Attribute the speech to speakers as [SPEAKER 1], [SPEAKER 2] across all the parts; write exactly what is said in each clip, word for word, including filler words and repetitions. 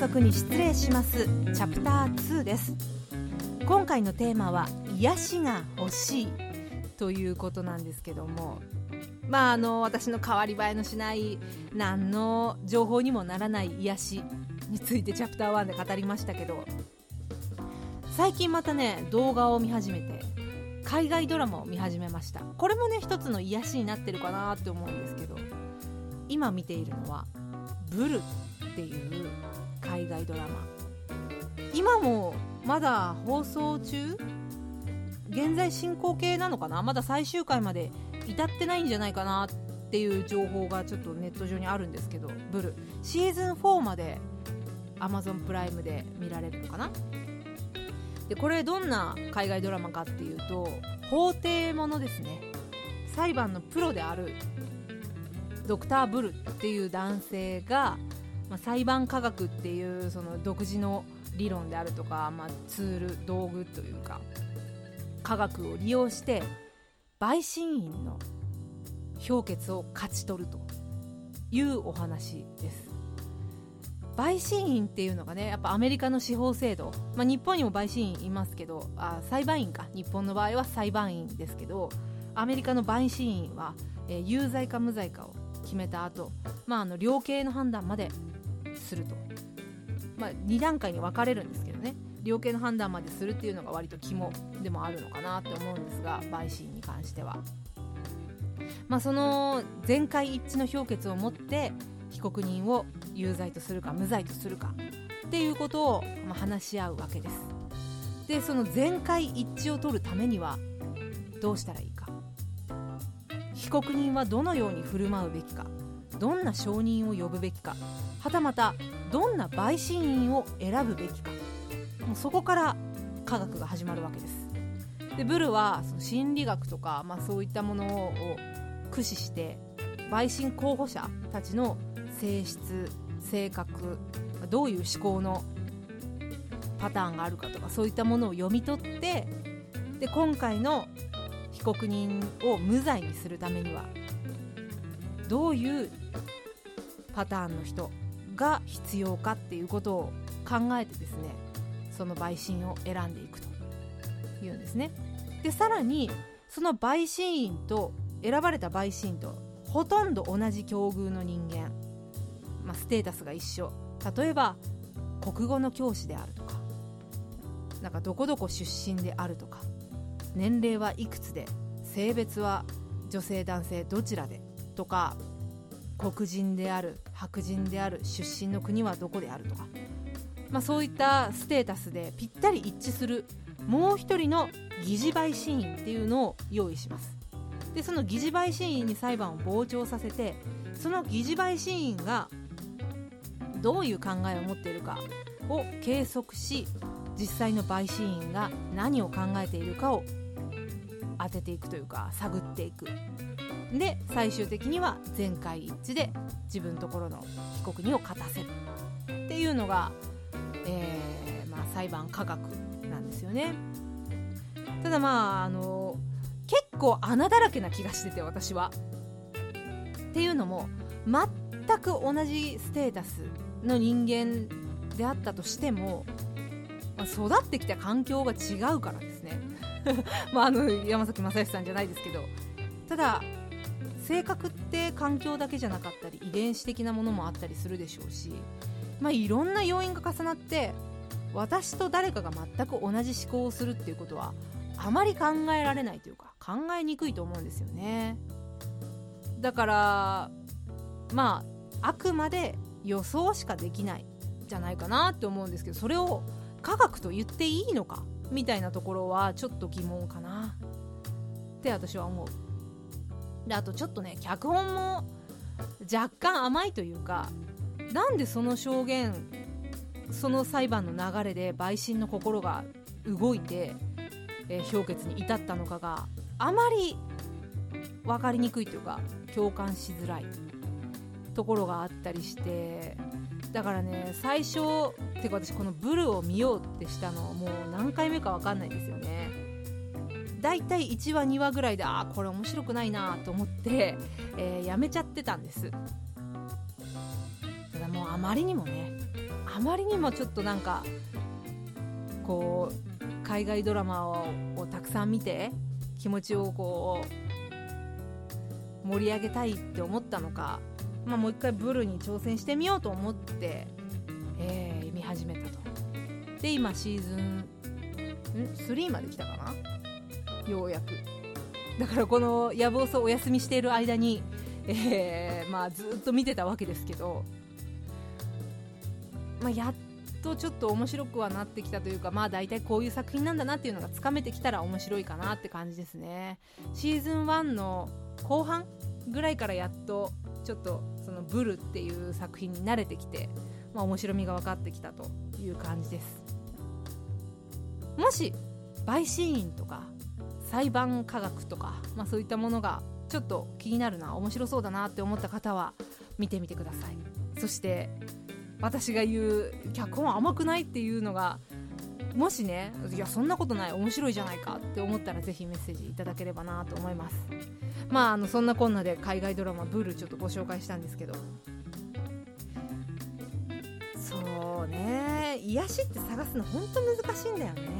[SPEAKER 1] 族に失礼しますチャプターツーです。今回のテーマは癒しが欲しいということなんですけども、まああの私の代わり映えのしない何の情報にもならない癒しについてチャプターワンで語りましたけど、最近またね動画を見始めて海外ドラマを見始めました。これもね一つの癒しになってるかなって思うんですけど、今見ているのはブルっていう海外ドラマ、今もまだ放送中、現在進行形なのかな、まだ最終回まで至ってないんじゃないかなっていう情報がちょっとネット上にあるんですけど、ブルシーズンフォーまで Amazon プライムで見られるのかな。でこれどんな海外ドラマかっていうと、法廷ものですね。裁判のプロであるドクター・ブルっていう男性が、まあ、裁判科学っていうその独自の理論であるとか、まあ、ツール道具というか科学を利用して陪審員の評決を勝ち取るというお話です。陪審員っていうのがね、やっぱアメリカの司法制度、まあ、日本にも陪審員いますけど、あ裁判員か、日本の場合は裁判員ですけど、アメリカの陪審員は、えー、有罪か無罪かを決めた後、まあ、あの量刑の判断まですると、まあ、に段階に分かれるんですけどね、量刑の判断までするっていうのが割と肝でもあるのかなって思うんですが、陪審員に関しては、まあ、その全会一致の評決をもって被告人を有罪とするか無罪とするかっていうことを、まあ、話し合うわけです。でその全会一致を取るためにはどうしたらいいか、被告人はどのように振る舞うべきか、どんな証人を呼ぶべきか、はたまたどんな陪審員を選ぶべきか、もうそこから科学が始まるわけです。でブルはその心理学とか、まあ、そういったものを駆使して陪審候補者たちの性質、性格、どういう思考のパターンがあるかとか、そういったものを読み取って、で今回の被告人を無罪にするためにはどういうパターンの人が必要かっていうことを考えてですね、その陪審を選んでいくというんですね。でさらにその陪審員と選ばれた陪審員とほとんど同じ境遇の人間、まあ、ステータスが一緒、例えば国語の教師であるとか、なんかどこどこ出身であるとか、年齢はいくつで、性別は女性男性どちらでとか、黒人である白人である、出身の国はどこであるとか、まあ、そういったステータスでぴったり一致するもう一人の疑似陪審員っていうのを用意します。でその疑似陪審員に裁判を傍聴させて、その疑似陪審員がどういう考えを持っているかを計測し、実際の陪審員が何を考えているかを当てていくというか探っていく。で最終的には全会一致で自分のところの被告人を勝たせるっていうのが、えーまあ、裁判科学なんですよね。ただまああの結構穴だらけな気がしてて、私は。っていうのも全く同じステータスの人間であったとしても、まあ、育ってきた環境が違うからですねまああの山崎正義さんじゃないですけど、ただ性格って環境だけじゃなかったり遺伝子的なものもあったりするでしょうし、まあ、いろんな要因が重なって私と誰かが全く同じ思考をするっていうことはあまり考えられないというか考えにくいと思うんですよね。だからまああくまで予想しかできないじゃないかなって思うんですけど、それを科学と言っていいのかみたいなところはちょっと疑問かなって私は思う。であとちょっとね、脚本も若干甘いというか、なんでその証言、その裁判の流れで陪審の心が動いて、えー、評決に至ったのかがあまり分かりにくいというか共感しづらいところがあったりして、だからね最初てか私このブルを見ようってしたのはもう何回目か分かんないんですよね。だいたいいちわにわぐらいで、あーこれ面白くないなと思って、えー、やめちゃってたんです。ただもうあまりにもねあまりにもちょっとなんかこう海外ドラマを、をたくさん見て気持ちをこう盛り上げたいって思ったのか、まあ、もう一回ブルに挑戦してみようと思って、えー、見始めたと。で今シーズンんスリーまで来たかな、ようやく。だからこの野望をお休みしている間に、えーまあ、ずっと見てたわけですけど、まあ、やっとちょっと面白くはなってきたというか、まあ大体こういう作品なんだなっていうのがつかめてきたら面白いかなって感じですね。シーズンワンの後半ぐらいからやっとちょっとそのブルっていう作品に慣れてきて、まあ、面白みが分かってきたという感じです。もし陪審員とか裁判科学とか、まあ、そういったものがちょっと気になるな、面白そうだなって思った方は見てみてください。そして私が言う脚本は甘くないっていうのがもしね、いやそんなことない面白いじゃないかって思ったらぜひメッセージいただければなと思います。まああのそんなこんなで海外ドラマブルちょっとご紹介したんですけど、そうね、癒しって探すの本当難しいんだよね。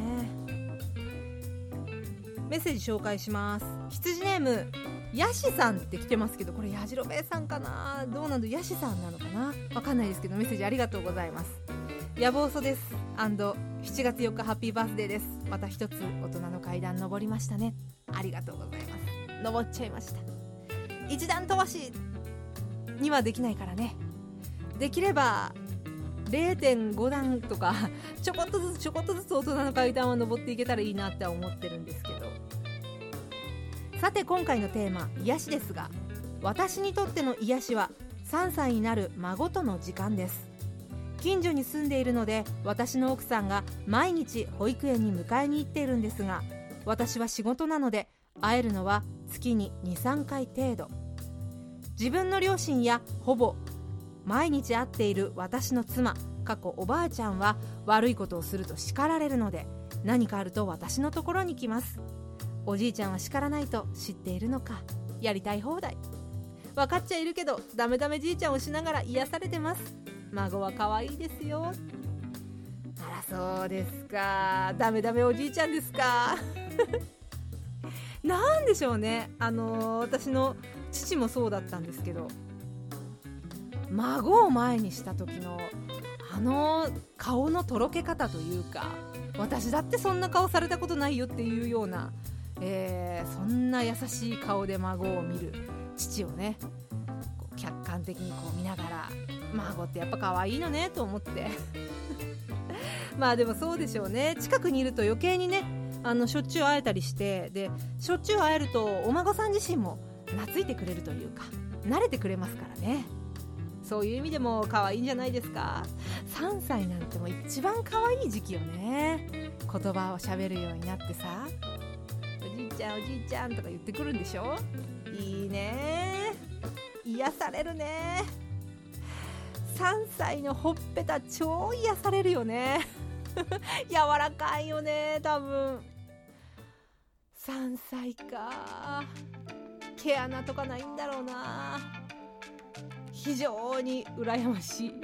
[SPEAKER 1] メッセージ紹介します。羊ネームヤシさんって来てますけど、これやじろべえさんかな、どうなんだ、ヤシさんなのかな、わかんないですけどメッセージありがとうございます。やぼうそですしちがつよっかハッピーバースデーです。また一つ大人の階段登りましたね。ありがとうございます。登っちゃいました。一段飛ばしにはできないからね、できれば れいてんご 段とかちょこっとずつちょこっとずつ大人の階段を登っていけたらいいなって思ってるんですけど、さて今回のテーマ癒しですが、私にとっての癒しはさんさいになる孫との時間です。近所に住んでいるので私の奥さんが毎日保育園に迎えに行っているんですが、私は仕事なので会えるのは月に にさんかい程度。自分の両親やほぼ毎日会っている私の妻過去おばあちゃんは悪いことをすると叱られるので、何かあると私のところに来ます。おじいちゃんは叱らないと知っているのか、やりたい放題。分かっちゃいるけどダメダメじいちゃんをしながら癒されてます。孫は可愛いですよ。あらそうですか、ダメダメおじいちゃんですかなんでしょうね、あのー、私の父もそうだったんですけど、孫を前にした時のあの顔のとろけ方というか、私だってそんな顔されたことないよっていうような、えー、そんな優しい顔で孫を見る父をね、こう客観的にこう見ながら、孫ってやっぱ可愛いのねと思ってまあでもそうでしょうね、近くにいると余計にね、あのしょっちゅう会えたりして、でしょっちゅう会えるとお孫さん自身も懐いてくれるというか慣れてくれますからね。そういう意味でも可愛いんじゃないですか。さんさいなんてもう一番可愛い時期よね。言葉を喋るようになってさ、おじいちゃんおじいちゃんとか言ってくるんでしょ。いいね、癒されるね。さんさいのほっぺた超癒されるよね柔らかいよね多分。さんさいか、毛穴とかないんだろうな。非常に羨ましい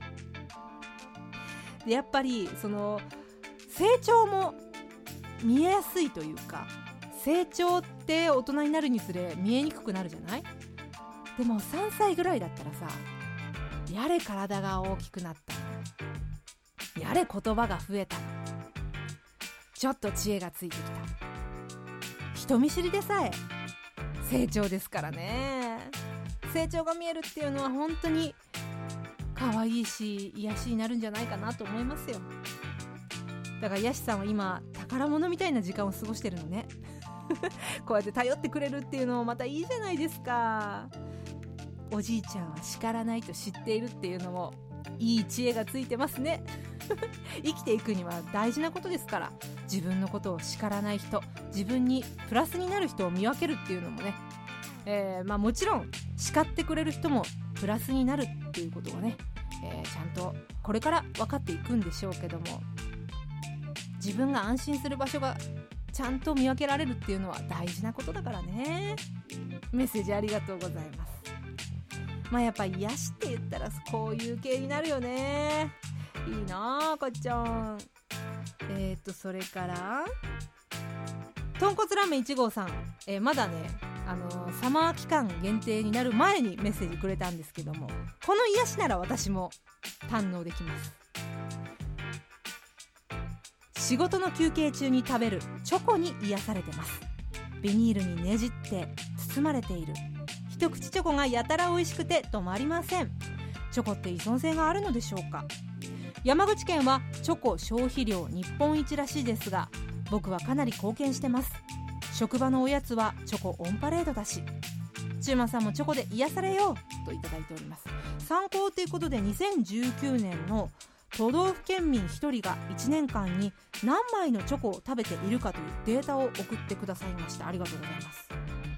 [SPEAKER 1] でやっぱりその成長も見えやすいというか、成長って大人になるにつれ見えにくくなるじゃない。でもさんさいぐらいだったらさ、やれ体が大きくなった、やれ言葉が増えた、ちょっと知恵がついてきた、人見知りでさえ成長ですからね。成長が見えるっていうのは本当に可愛いし癒しになるんじゃないかなと思いますよ。だからヤシさんは今宝物みたいな時間を過ごしてるのねこうやって頼ってくれるっていうのもまたいいじゃないですか。おじいちゃんは叱らないと知っているっていうのもいい知恵がついてますね生きていくには大事なことですから、自分のことを叱らない人、自分にプラスになる人を見分けるっていうのもね、えーまあ、もちろん叱ってくれる人もプラスになるっていうことがね、えー、ちゃんとこれから分かっていくんでしょうけども、自分が安心する場所がちゃんと見分けられるっていうのは大事なことだからね。メッセージありがとうございます。まあやっぱ癒しって言ったらこういう系になるよね。 いいな赤ちゃん。えー、っとそれから豚骨ラーメンいち号さん、えー、まだねあのー、サマー期間限定になる前にメッセージくれたんですけども、この癒しなら私も堪能できます。仕事の休憩中に食べるチョコに癒されてます。ビニールにねじって包まれている一口チョコがやたら美味しくて止まりません。チョコって依存性があるのでしょうか。山口県はチョコ消費量日本一らしいですが、僕はかなり貢献してます。職場のおやつはチョコオンパレードだし。中馬さんもチョコで癒されようといただいております。参考ということでにせんじゅうきゅうねんの都道府県民ひとりがいちねんかんに何枚のチョコを食べているかというデータを送ってくださいました。ありがとうございます。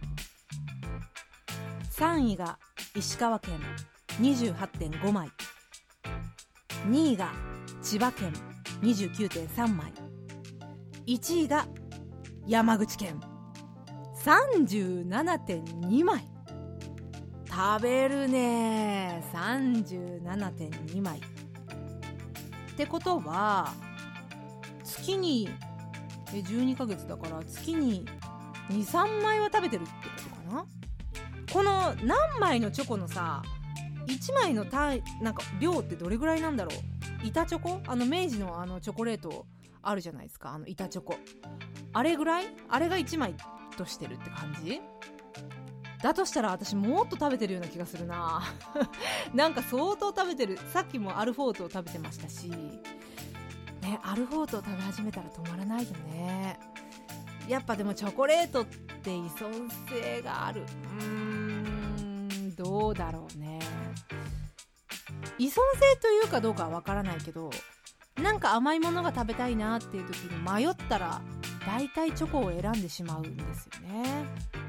[SPEAKER 1] さんいが石川県 にじゅうはってんごまい、にいが千葉県 にじゅうきゅうてんさんまい、いちいが山口県 さんじゅうななてんにまい。食べるね。 さんじゅうななてんにまいってことは月にえじゅうにかげつだから月に にさんまいは食べてるってことかな。この何枚のチョコのさいちまいの単位なんか量ってどれぐらいなんだろう。板チョコ、あの明治のあのチョコレートあるじゃないですか、あの板チョコ、あれぐらい、あれがいちまいとしてるって感じだとしたら私もっと食べてるような気がするななんか相当食べてる。さっきもアルフォートを食べてましたしね。アルフォートを食べ始めたら止まらないよね。やっぱでもチョコレートって依存性がある。うーんどうだろうね。依存性というかどうかはわからないけど、なんか甘いものが食べたいなっていう時に迷ったらだいたいチョコを選んでしまうんですよね。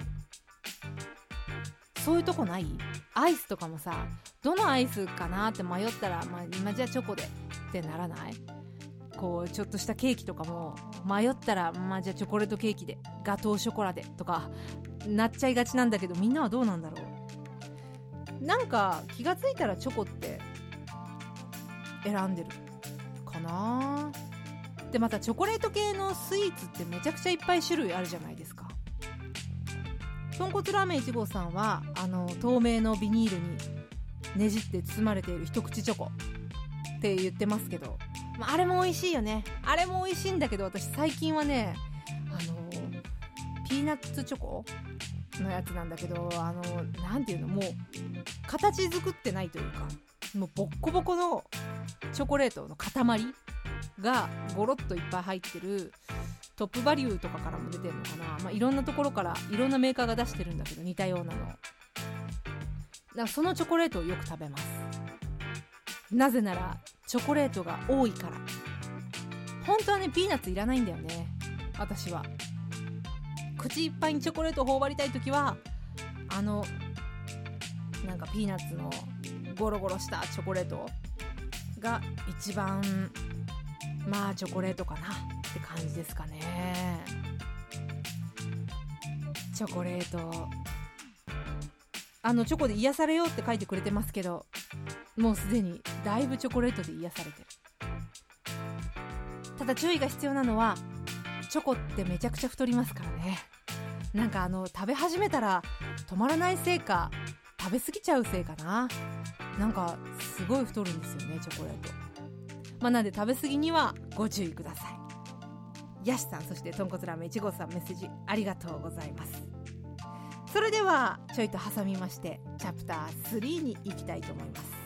[SPEAKER 1] そういうとこない？アイスとかもさ、どのアイスかなって迷ったら、まあ、今じゃあチョコでってならない？こうちょっとしたケーキとかも迷ったら、まあじゃあチョコレートケーキで、ガトーショコラでとかなっちゃいがちなんだけど、みんなはどうなんだろう。なんか気がついたらチョコって選んでるかな。でまたチョコレート系のスイーツってめちゃくちゃいっぱい種類あるじゃないですか。豚骨ラーメンいち号さんはあの透明のビニールにねじって包まれている一口チョコって言ってますけど、まあ、あれも美味しいよね。あれも美味しいんだけど、私最近はねあのピーナッツチョコのやつなんだけど、あのなんていうの、もう形作ってないというか、もうボッコボコのチョコレートの塊がゴロッといっぱい入ってる、トップバリューとかからも出てるのかな、まあ、いろんなところからいろんなメーカーが出してるんだけど、似たようなのだからそのチョコレートをよく食べます。なぜならチョコレートが多いから。本当はねピーナッツいらないんだよね。私は口いっぱいにチョコレートを頬張りたいときはあのなんかピーナッツのゴロゴロしたチョコレートが一番まあチョコレートかなって感じですかね。チョコレート、あのチョコで癒されようって書いてくれてますけど、もうすでにだいぶチョコレートで癒されてる。ただ注意が必要なのは、チョコってめちゃくちゃ太りますからね。なんかあの食べ始めたら止まらないせいか、食べ過ぎちゃうせいかな、なんかすごい太るんですよねチョコレート。まあなんで食べ過ぎにはご注意ください。ヤシさん、そして豚骨ラーメンいち号さん、メッセージありがとうございます。それではちょいと挟みましてチャプタースリーに行きたいと思います。